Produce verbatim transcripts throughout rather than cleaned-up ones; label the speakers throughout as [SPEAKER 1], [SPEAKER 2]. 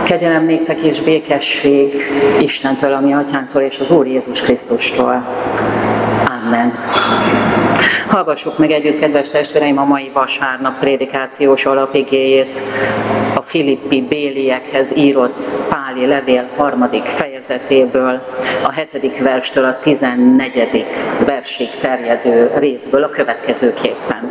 [SPEAKER 1] Kegyelem néktek és békesség Istentől, a mi atyánktól és az Úr Jézus Krisztustól. Amen. Hallgassuk meg együtt, kedves testvéreim, a mai vasárnap prédikációs alapigéjét, a Filippi béliekhez írott Páli levél harmadik fejezetéből, a hetedik verstől a tizennegyedik versig terjedő részből a következőképpen.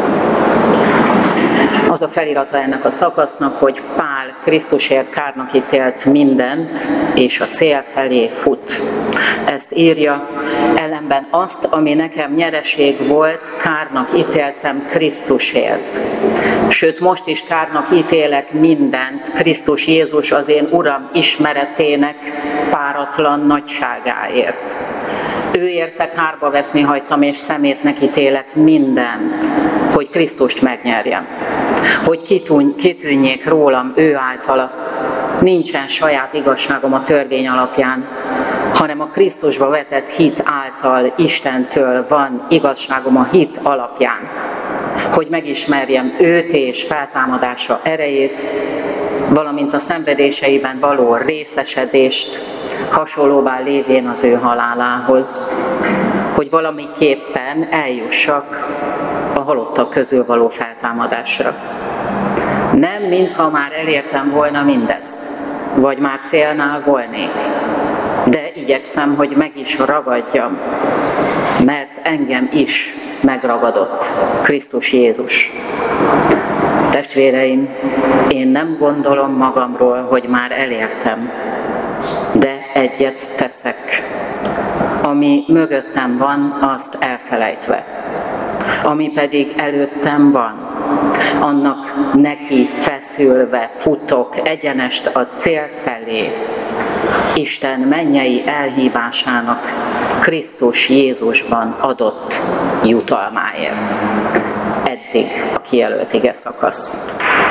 [SPEAKER 1] Az a felirata ennek a szakasznak, hogy Pál Krisztusért kárnak ítélt mindent, és a cél felé fut. Ezt írja, ellenben azt, ami nekem nyereség volt, kárnak ítéltem Krisztusért. Sőt, most is kárnak ítélek mindent, Krisztus Jézus az én Uram ismeretének páratlan nagyságáért. Ő érte kárba veszni hagytam, és szemétnek ítélek mindent, hogy Krisztust megnyerjem. Hogy kitűnj, kitűnjék rólam ő általa. Nincsen saját igazságom a törvény alapján, hanem a Krisztusba vetett hit által Istentől van igazságom a hit alapján. Hogy megismerjem őt és feltámadása erejét, valamint a szenvedéseiben való részesedést, hasonlóvá lévén az ő halálához, hogy valamiképpen eljussak a halottak közül való feltámadásra. Nem, mintha már elértem volna mindezt, vagy már célnál volnék, de igyekszem, hogy meg is ragadjam, mert engem is megragadott Krisztus Jézus. Testvéreim, én nem gondolom magamról, hogy már elértem, de egyet teszek, ami mögöttem van, azt elfelejtve. Ami pedig előttem van, annak neki feszülve futok egyenest a cél felé, Isten mennyei elhívásának Krisztus Jézusban adott jutalmáért. Eddig a kijelölt ige szakasz.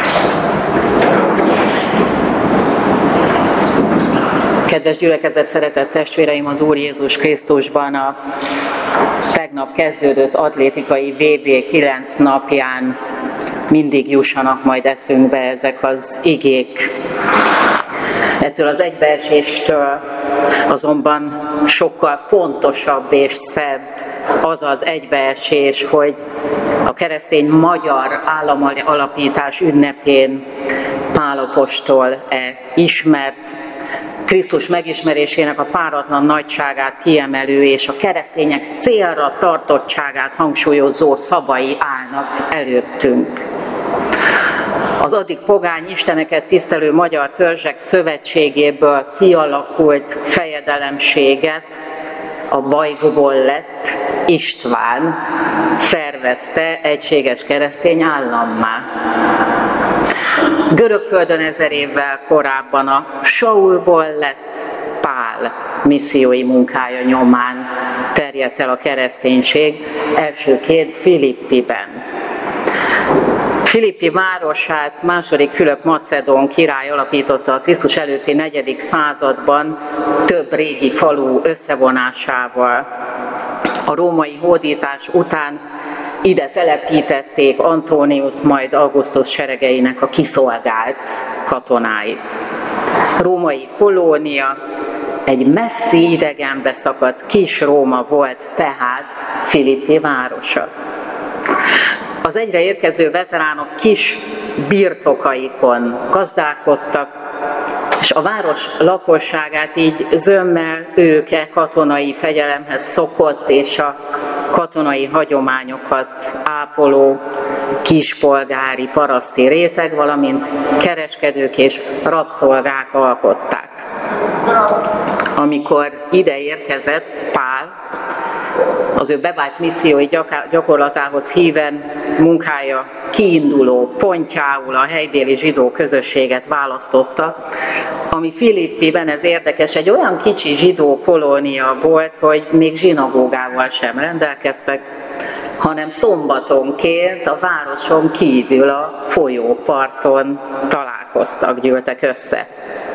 [SPEAKER 1] Kedves gyülekezet, szeretett testvéreim, az Úr Jézus Krisztusban a tegnap kezdődött atlétikai vé bé kilenc napján mindig jussanak majd eszünkbe ezek az igék. Ettől az egybeeséstől azonban sokkal fontosabb és szebb az az egybeesés, hogy a keresztény magyar államalapítás ünnepén Pál apostol e ismert Krisztus megismerésének a páratlan nagyságát kiemelő és a keresztények célra tartottságát hangsúlyozó szavai állnak előttünk. Az addig pogány isteneket tisztelő magyar törzsek szövetségéből kialakult fejedelemséget a Vajgból lett István szervezte egységes keresztény állammá. Görögföldön ezer évvel korábban a Saulból lett Pál missziói munkája nyomán terjedt el a kereszténység, elsőként Filippiben. Filippi városát második Fülöp macedón király alapította a Krisztus előtti negyedik században több régi falu összevonásával. A római hódítás után ide telepítették Antonius, majd Augustus seregeinek a kiszolgált katonáit. Római kolónia, egy messzi idegenbe szakadt kis Róma volt tehát Filippi városa. Az egyre érkező veteránok kis birtokaikon gazdálkodtak, és a város lakosságát így zömmel őke katonai fegyelemhez szokott, és a katonai hagyományokat ápoló kispolgári paraszti réteg, valamint kereskedők és rabszolgák alkották. Amikor ide érkezett Pál, az ő bevált missziói gyakorlatához híven munkája kiinduló pontjául a helybéli zsidó közösséget választotta, ami Filippiben, ez érdekes, egy olyan kicsi zsidó kolónia volt, hogy még zsinagógával sem rendelkeztek, hanem szombatonként a városon kívül a folyóparton találkoztak, gyűltek össze.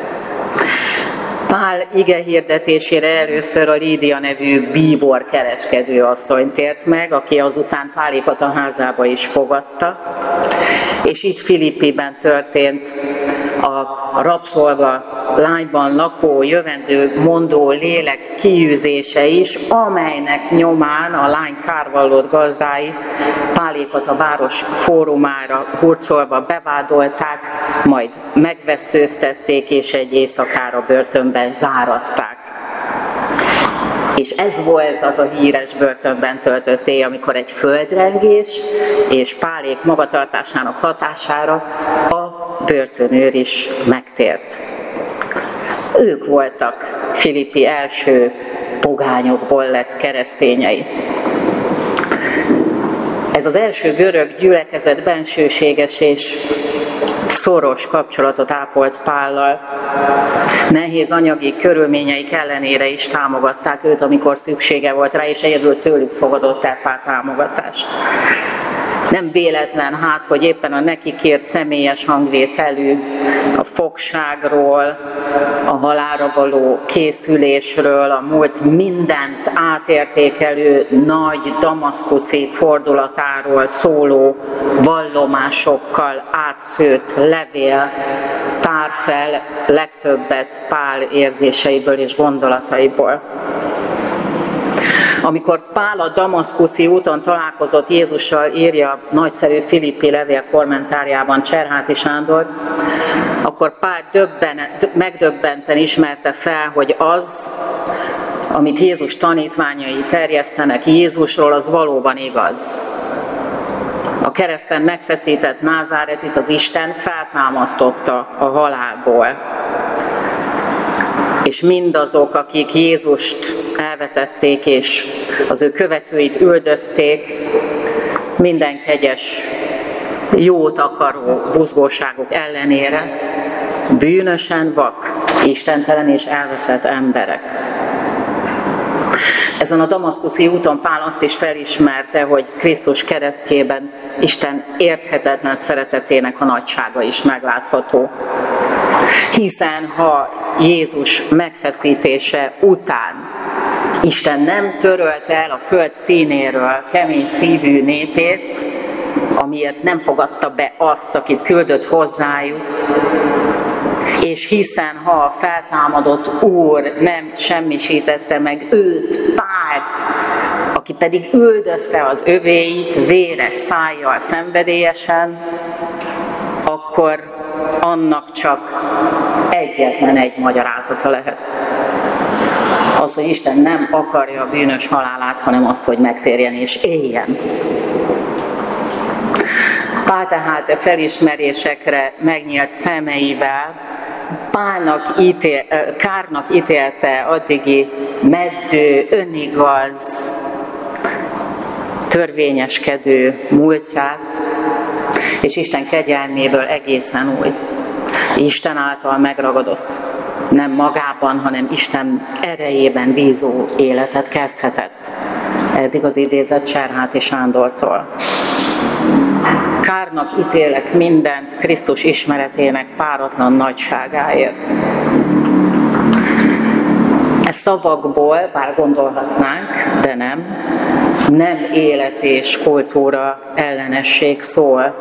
[SPEAKER 1] Pál ige hirdetésére először a Lídia nevű bíbor kereskedő asszony tért meg, aki azután Pálékat a házába is fogadta, És itt Filippiben történt a rabszolga lányban lakó, jövendő mondó lélek kiűzése is, amelynek nyomán a lány kárvallott gazdái Pálékot a város fórumára hurcolva bevádolták, majd megvesszőztették és egy éjszakára börtönben záratták. És ez volt az a híres börtönben töltött éj, amikor egy földrengés és Pálék magatartásának hatására a börtönőr is megtért. Ők voltak Filippi első pogányokból lett keresztényei. Ez az első görög gyülekezet bensőséges és szoros kapcsolatot ápolt Pállal. Nehéz anyagi körülményeik ellenére is támogatták őt, amikor szüksége volt rá, és egyedül tőlük fogadott el Pál támogatást. Nem véletlen hát, hogy éppen a neki kért személyes hangvételű a fogságról, a halálra való készülésről, a múlt mindent átértékelő nagy damaszkuszi fordulatáról szóló vallomásokkal átszőtt levél tár fel legtöbbet Pál érzéseiből és gondolataiból. Amikor Pál a damaszkuszi úton találkozott Jézussal, írja a nagyszerű Filippi levél kommentárjában Cserháti Sándor, akkor Pál döbben, megdöbbenten ismerte fel, hogy az, amit Jézus tanítványai terjesztenek Jézusról, az valóban igaz. A kereszten megfeszített Názáretit az Isten feltámasztotta a halálból. És mindazok, akik Jézust elvetették, és az ő követőit üldözték, minden kegyes, jót akaró buzgóságok ellenére bűnösen vak, istentelen és elveszett emberek. Ezen a damaszkuszi úton Pál azt is felismerte, hogy Krisztus keresztjében Isten érthetetlen szeretetének a nagysága is meglátható. Hiszen ha Jézus megfeszítése után Isten nem törölte el a föld színéről kemény szívű népét, amiért nem fogadta be azt, akit küldött hozzájuk, és hiszen ha a feltámadott Úr nem semmisítette meg őt, Pált, aki pedig üldözte az övéit véres szájjal szenvedélyesen, akkor annak csak egyetlen egy magyarázata lehet. Az, hogy Isten nem akarja a bűnös halálát, hanem azt, hogy megtérjen és éljen. Pál tehát a felismerésekre megnyílt szemeivel Pálnak ítél, kárnak ítélte addigi meddő, önigaz, törvényeskedő múltját, és Isten kegyelméből egészen új, Isten által megragadott, nem magában, hanem Isten erejében bízó életet kezdhetett. Eddig az idézet Cserháti Sándortól. Kárnak ítélek mindent Krisztus ismeretének páratlan nagyságáért. E szavakból, bár gondolhatnánk, de nem, nem élet és kultúra ellenesség szól,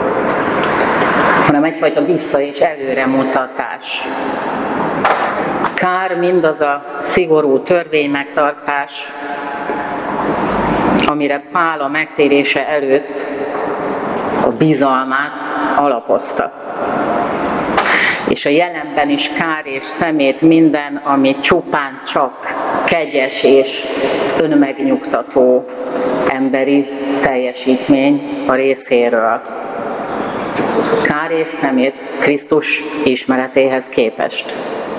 [SPEAKER 1] hanem egyfajta vissza- és előremutatás. Kár mindaz a szigorú törvénymegtartás, amire Pál a megtérése előtt a bizalmát alapozta. És a jelenben is kár és szemét minden, ami csupán csak kegyes és önmegnyugtató emberi teljesítmény a részéről. Kár és szemét Krisztus ismeretéhez képest.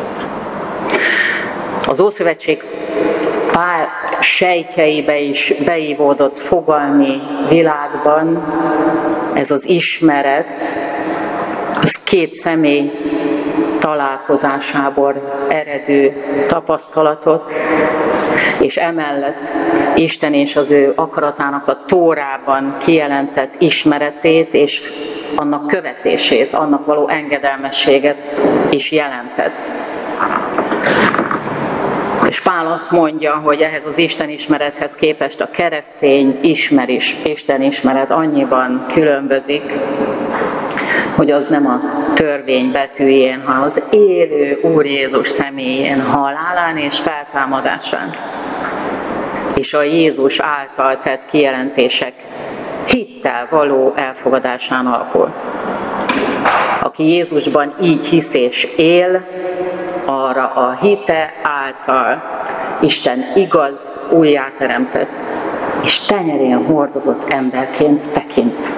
[SPEAKER 1] Az Ószövetség Pál sejtjeibe is beívódott fogalmi világban ez az ismeret, az két személy találkozásából eredő tapasztalatot, és emellett Isten és az ő akaratának a Tórában kijelentett ismeretét és annak követését, annak való engedelmességet is jelentett. És Pál azt mondja, hogy ehhez az istenismerethez képest a keresztény ismerés, istenismeret annyiban különbözik, hogy az nem a törvény betűjén, hanem az élő Úr Jézus személyén, halálán és feltámadásán, és a Jézus által tett kijelentések hittel való elfogadásán alapul. Aki Jézusban így hisz és él, arra a hite által Isten igaz, újjáteremtett és tenyerén hordozott emberként tekint.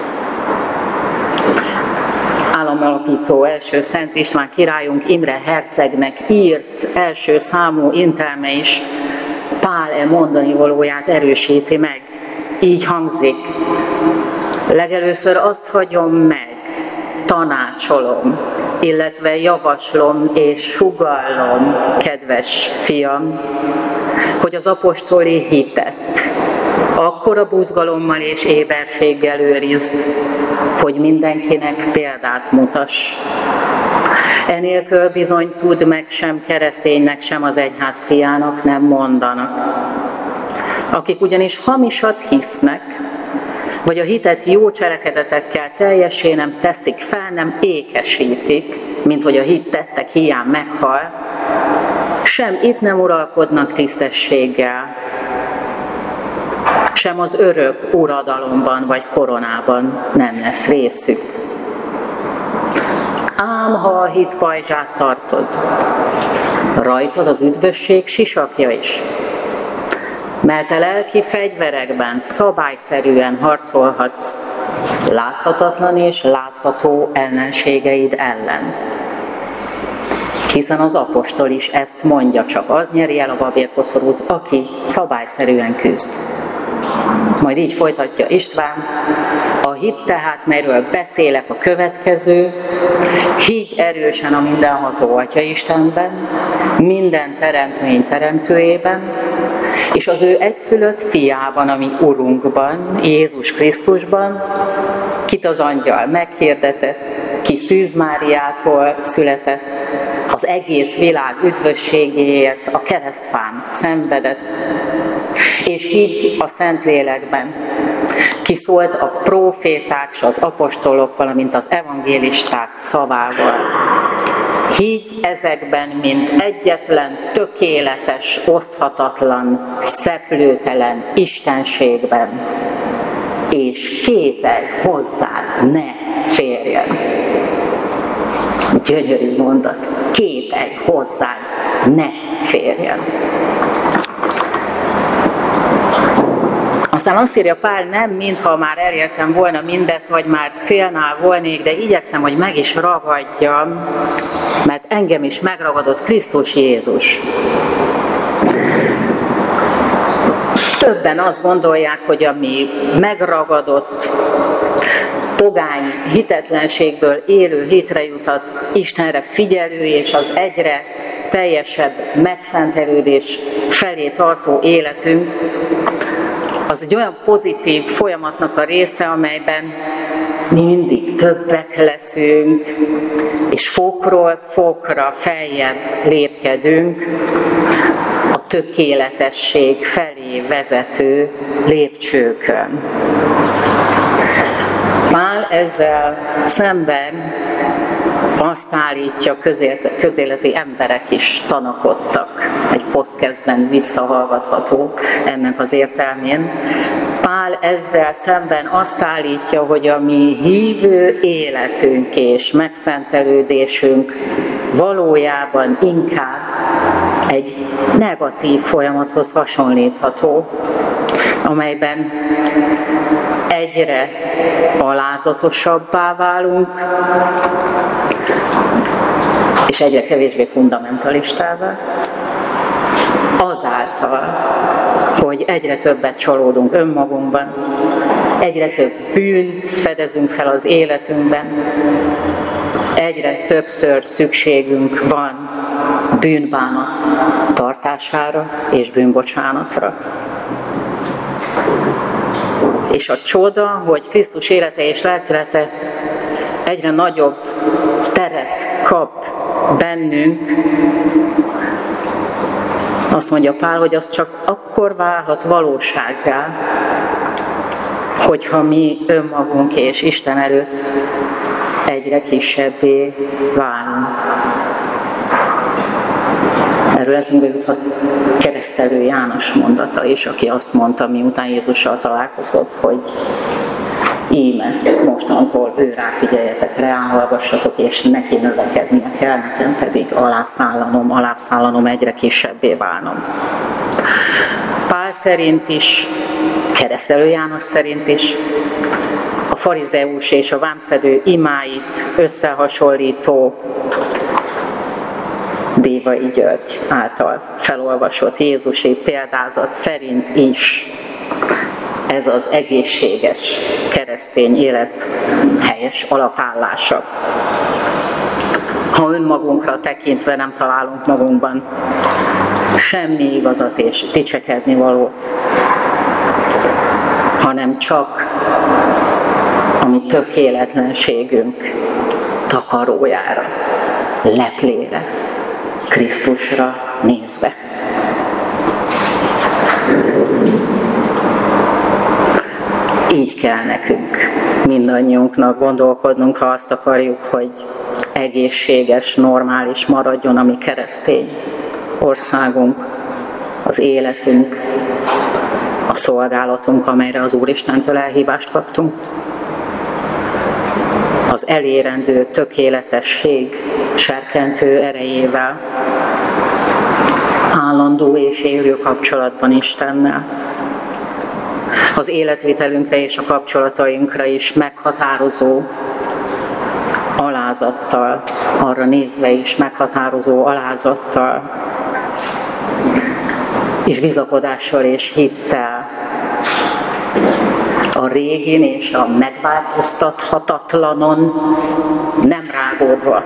[SPEAKER 1] Államalapító első Szent István királyunk Imre hercegnek írt első számú intelme is Pál e mondani valóját erősíti meg. Így hangzik: legelőször azt hagyom meg, tanácsolom, illetve javaslom és sugallom, kedves fiam, hogy az apostoli hitet akkora buzgalommal és éberséggel őrizd, hogy mindenkinek példát mutass. Enélkül bizony tud meg sem kereszténynek, sem az egyház fiának nem mondanak. Akik ugyanis hamisat hisznek, vagy a hitet jó cselekedetekkel teljessé nem teszik fel, nem ékesítik, mint hogy a hit tettek hiány meghal, sem itt nem uralkodnak tisztességgel, sem az örök uradalomban vagy koronában nem lesz részük. Ám ha a hit pajzsát tartod, rajtad az üdvösség sisakja is, mert a lelki fegyverekben szabályszerűen harcolhatsz láthatatlan és látható ellenségeid ellen. Hiszen az apostol is ezt mondja, csak az nyeri el a babérkoszorút, aki szabályszerűen küzd. Majd így folytatja István: a hit tehát, melyről beszélek, a következő: higgy erősen a mindenható Atya Istenben, minden teremtmény teremtőjében, és az ő egyszülött fiában, ami Urunkban, Jézus Krisztusban, kit az angyal meghirdetett, ki Szűz Máriától született, az egész világ üdvösségéért a keresztfán szenvedett, és higgy a Szentlélekben, ki szólt a próféták és az apostolok, valamint az evangélisták szavával. Higgy ezekben, mint egyetlen, tökéletes, oszthatatlan, szeplőtelen istenségben, és kételj hozzád ne férjen. Gyönyörű mondat. Kételj hozzád ne férjen. Aztán azt írja Pál, nem mintha már elértem volna mindezt, vagy már célnál volnék, de igyekszem, hogy meg is ragadjam, mert engem is megragadott Krisztus Jézus. Többen azt gondolják, hogy ami megragadott, pogány hitetlenségből élő hitre jutat, Istenre figyelő és az egyre teljesebb megszentelődés felé tartó életünk, az egy olyan pozitív folyamatnak a része, amelyben mi mindig többek leszünk, és fokról fokra feljebb lépkedünk a tökéletesség felé vezető lépcsőkön. Pál ezzel szemben azt állítja, közéleti emberek is tanakodtak, egy posztkezdben visszahallgatható ennek az értelmén. Pál ezzel szemben azt állítja, hogy a mi hívő életünk és megszentelődésünk valójában inkább egy negatív folyamathoz hasonlítható, amelyben egyre alázatosabbá válunk, és egyre kevésbé fundamentalistává, azáltal, hogy egyre többet csalódunk önmagunkban, egyre több bűnt fedezünk fel az életünkben, egyre többször szükségünk van bűnbánat tartására és bűnbocsánatra. És a csoda, hogy Krisztus élete és lelkülete egyre nagyobb teret kap bennünk, Azt mondja Pál, hogy az csak akkor válhat valósággá, hogyha mi önmagunk és Isten előtt egyre kisebbé válunk. Erről eszünkbe juthat Keresztelő János mondata is, aki azt mondta, miután Jézussal találkozott, hogy íme, mostantól ő rá figyeljetek, rá hallgassatok, és neki növekednie kell, nekem pedig alászállanom, alászállanom, egyre kisebbé válnom. Pál szerint is, Keresztelő János szerint is, a farizeus és a vámszedő imáit összehasonlító Dévai György által felolvasott jézusi példázat szerint is ez az egészséges keresztény élet helyes alapállása. Ha önmagunkra tekintve nem találunk magunkban semmi igazat és dicsekedni valót, hanem csak a mi tökéletlenségünk takarójára, leplére, Krisztusra nézve. Így kell nekünk, mindannyiunknak gondolkodnunk, ha azt akarjuk, hogy egészséges, normális maradjon a mi keresztény országunk, az életünk, a szolgálatunk, amelyre az Úristentől elhívást kaptunk. Az elérendő tökéletesség serkentő erejével, állandó és élő kapcsolatban Istennel. Az életvitelünkre és a kapcsolatainkra is meghatározó alázattal, arra nézve is meghatározó alázattal, és bizakodással és hittel, a régin és a megváltoztathatatlanon nem rágódva,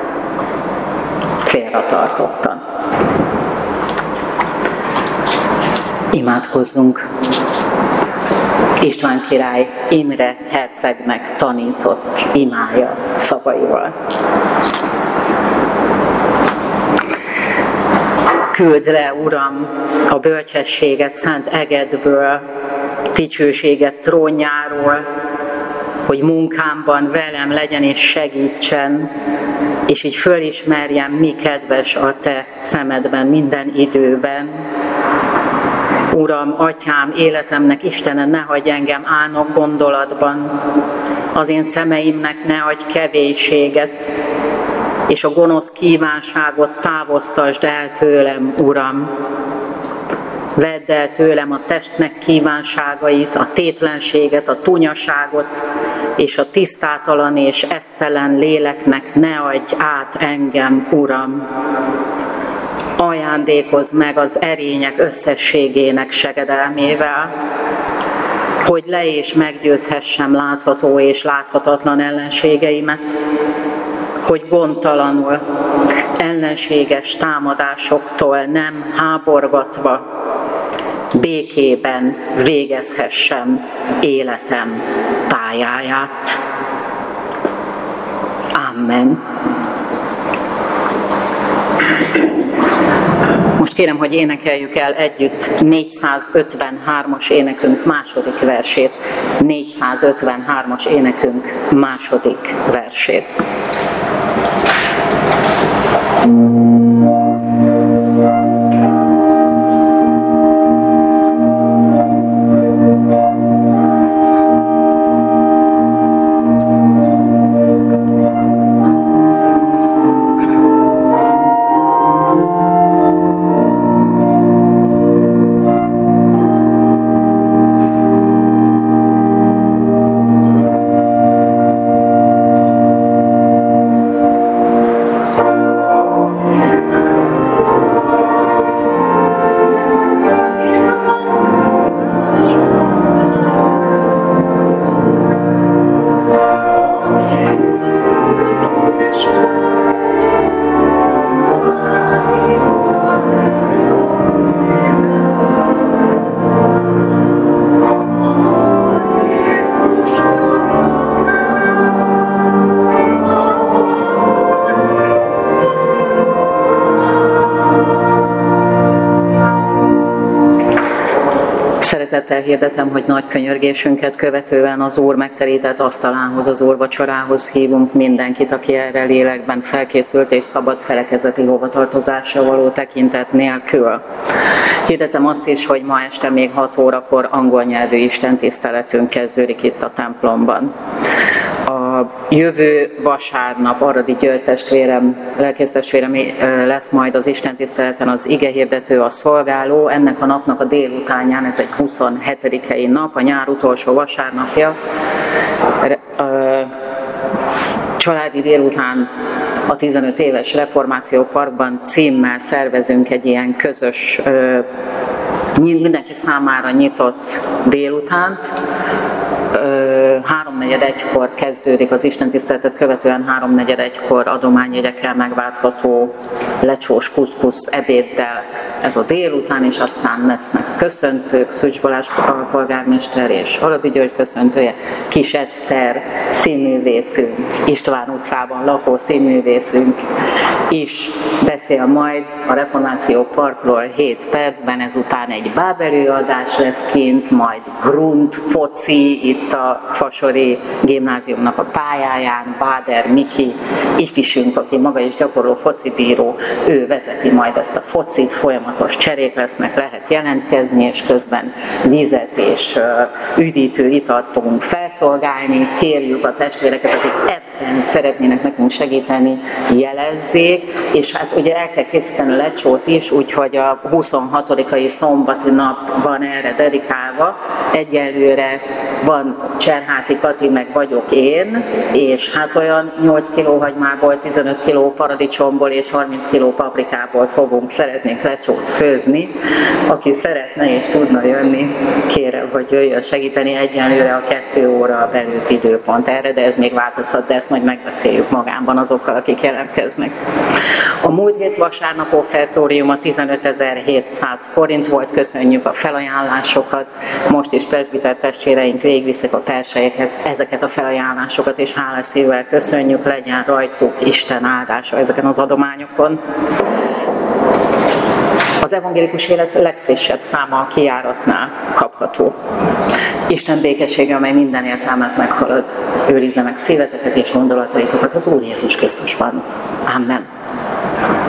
[SPEAKER 1] célra tartottan. Imádkozzunk! István király Imre hercegnek tanított imája szavaival. Küld le, Uram, a bölcsességet szent egedből, dicsőséget trónjáról, hogy munkámban velem legyen és segítsen, és így fölismerjem, mi kedves a Te szemedben minden időben. Uram, Atyám, életemnek Istene, ne hagyj engem álnok gondolatban, az én szemeimnek ne adj kevésséget, és a gonosz kívánságot távoztasd el tőlem, Uram. Vedd el tőlem a testnek kívánságait, a tétlenséget, a tunyaságot, és a tisztátalan és esztelen léleknek ne adj át engem, Uram. Ajándékozz meg az erények összességének segedelmével, hogy le és meggyőzhessem látható és láthatatlan ellenségeimet, hogy gondtalanul, ellenséges támadásoktól nem háborgatva, békében végezhessem életem pályáját. Amen. Most kérem, hogy énekeljük el együtt négyszázötvenhármas énekünk második versét. négyszázötvenhármas énekünk második versét.
[SPEAKER 2] Yeah.
[SPEAKER 1] szeretettel hirdetem, hogy nagy könyörgésünket követően az Úr megterített asztalához, az Úr vacsorához hívunk mindenkit, aki erre lélekben felkészült és szabad felekezeti hovatartozásra való tekintet nélkül. Hirdetem azt is, hogy ma este még hat órakor angol nyelvű istentiszteletünk kezdődik itt a templomban. A jövő vasárnap Aradi György testvérem, lelkésztestvérem lesz majd az istentiszteleten az igehirdető, a szolgáló. Ennek a napnak a délutánján, ez egy huszonhetedikei nap, a nyár utolsó vasárnapja, családi délután a tizenöt éves Reformáció Parkban címmel szervezünk egy ilyen közös, mindenki számára nyitott délutánt. háromnegyed egykor kezdődik az istentiszteletet, követően háromnegyed egykor adományjegyekkel megváltható lecsós kuszkusz ebéddel ez a délután, és aztán lesznek köszöntők, Szűcs Balázs polgármester és Aradi György köszöntője, Kis Eszter színművészünk, István utcában lakó színművészünk is beszél majd a Reformáció Parkról hét percben, ezután egy bábelőadás lesz kint, majd grund, foci, itt a Fasori gimnáziumnak a pályáján, Báder Miki, ifisünk, aki maga is gyakorló focibíró, ő vezeti majd ezt a focit, folyamatos cserék lesznek, lehet jelentkezni, és közben vizet és üdítő italt fogunk felszolgálni. Kérjük a testvéreket, akik ebben szeretnének nekünk segíteni, jelezzék, és hát ugye el kell készíteni a lecsót is, úgyhogy a huszonhatodikai szombati nap van erre dedikálva. Egyelőre van Cserháti Kati, meg vagyok én, és hát olyan nyolc kiló hagymából, tizenöt kiló paradicsomból és harminc kiló paprikából fogunk, szeretnénk lecsót főzni. Aki szeretne és tudna jönni, kérem, hogy jöjjön segíteni. Egyelőre a kettő óra belült időpont erre, de ez még változhat, de ezt majd megbeszéljük magánban azokkal, akik jelentkeznek. A múlt hét vasárnap offertóriuma tizenötezer-hétszáz forint volt, köszönjük a felajánlásokat. Most is presbiter testvéreink végigviszik a perselyeket, ezeket a felajánlásokat, és hálás szívvel köszönjük, legyen rajtuk Isten áldása ezeken az adományokon. Az evangélikus élet legfrissebb száma a kijáratnál kapható. Isten békessége, amely minden értelmet meghalad, őrizze meg szíveteket és gondolataitokat az Úr Jézus Krisztusban. Amen.